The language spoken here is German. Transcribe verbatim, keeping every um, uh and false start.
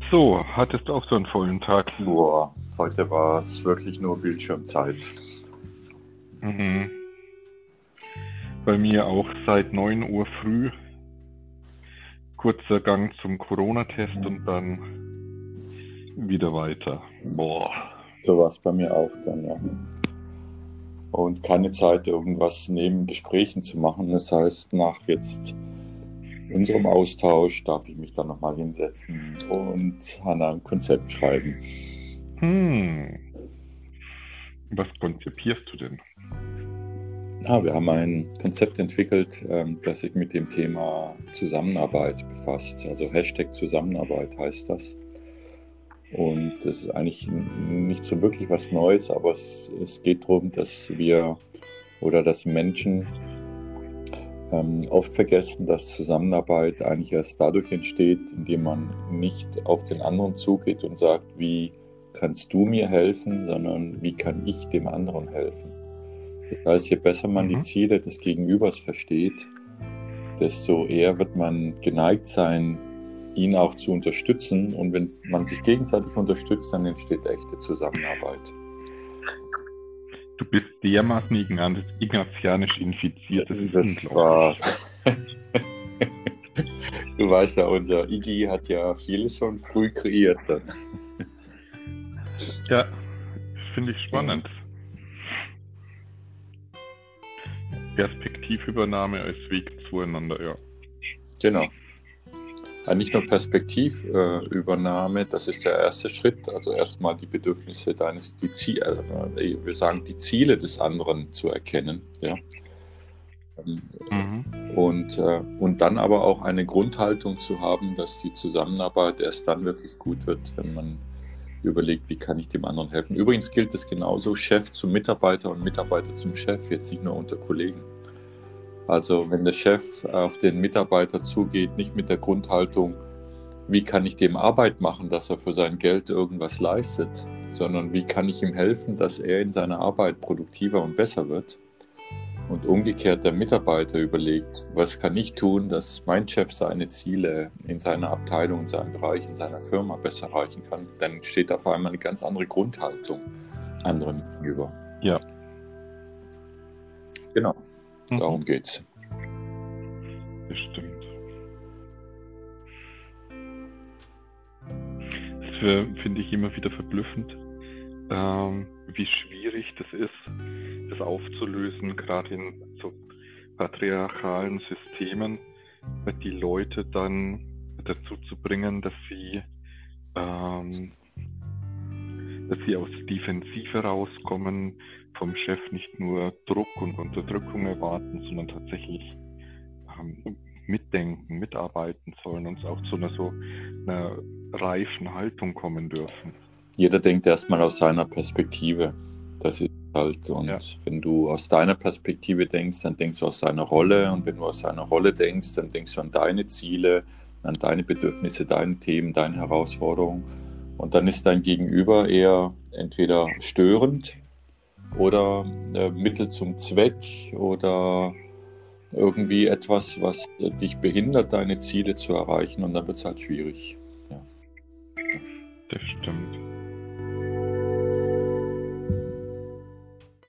So, hattest du auch so einen vollen Tag? Boah, heute war es wirklich nur Bildschirmzeit. Mhm. Bei mir auch seit neun Uhr früh. Kurzer Gang zum Corona-Test und dann wieder weiter. Boah. So war es bei mir auch dann, ja. Und keine Zeit, irgendwas neben Gesprächen zu machen. Das heißt, nach jetzt unserem Austausch darf ich mich dann nochmal hinsetzen und an einem Konzept schreiben. Hm. Was konzipierst du denn? Ah, wir haben ein Konzept entwickelt, ähm, das sich mit dem Thema Zusammenarbeit befasst. Also Hashtag Zusammenarbeit heißt das. Und das ist eigentlich nicht so wirklich was Neues, aber es, es geht darum, dass wir oder dass Menschen ähm, oft vergessen, dass Zusammenarbeit eigentlich erst dadurch entsteht, indem man nicht auf den anderen zugeht und sagt, wie kannst du mir helfen, sondern wie kann ich dem anderen helfen. Das heißt, je besser man Mhm. die Ziele des Gegenübers versteht, desto eher wird man geneigt sein, ihn auch zu unterstützen. Und wenn man sich gegenseitig unterstützt, dann entsteht echte Zusammenarbeit. Du bist dermaßen ignatianisch infiziert. Das, das ist war. unglaublich. Du weißt ja, unser Iggy hat ja vieles schon früh kreiert dann. Ja, finde ich spannend. Perspektivübernahme als Weg zueinander, ja. Genau. Nicht nur Perspektivübernahme, das ist der erste Schritt, also erstmal die Bedürfnisse deines, die Ziele, wir sagen die Ziele des anderen zu erkennen, ja. Mhm. Und, und dann aber auch eine Grundhaltung zu haben, dass die Zusammenarbeit erst dann wirklich gut wird, wenn man überlegt, wie kann ich dem anderen helfen. Übrigens gilt es genauso, Chef zum Mitarbeiter und Mitarbeiter zum Chef, jetzt nicht nur unter Kollegen. Also wenn der Chef auf den Mitarbeiter zugeht, nicht mit der Grundhaltung, wie kann ich dem Arbeit machen, dass er für sein Geld irgendwas leistet, sondern wie kann ich ihm helfen, dass er in seiner Arbeit produktiver und besser wird. Und umgekehrt der Mitarbeiter überlegt, was kann ich tun, dass mein Chef seine Ziele in seiner Abteilung, in seinem Bereich, in seiner Firma besser erreichen kann, dann entsteht auf einmal eine ganz andere Grundhaltung anderen gegenüber. Ja. Genau. Darum geht's. Bestimmt. Das finde ich immer wieder verblüffend, ähm, wie schwierig das ist, das aufzulösen, gerade in so patriarchalen Systemen, die Leute dann dazu zu bringen, dass sie, ähm, dass sie aus Defensive rauskommen, vom Chef nicht nur Druck und Unterdrückung erwarten, sondern tatsächlich ähm, mitdenken, mitarbeiten sollen und auch zu einer so einer reifen Haltung kommen dürfen. Jeder denkt erstmal aus seiner Perspektive. Das ist halt, und ja. Wenn du aus deiner Perspektive denkst, dann denkst du aus seiner Rolle, und wenn du aus seiner Rolle denkst, dann denkst du an deine Ziele, an deine Bedürfnisse, deine Themen, deine Herausforderungen, und dann ist dein Gegenüber eher entweder störend oder äh, Mittel zum Zweck oder irgendwie etwas, was äh, dich behindert, deine Ziele zu erreichen, und dann wird es halt schwierig. Ja. Das stimmt.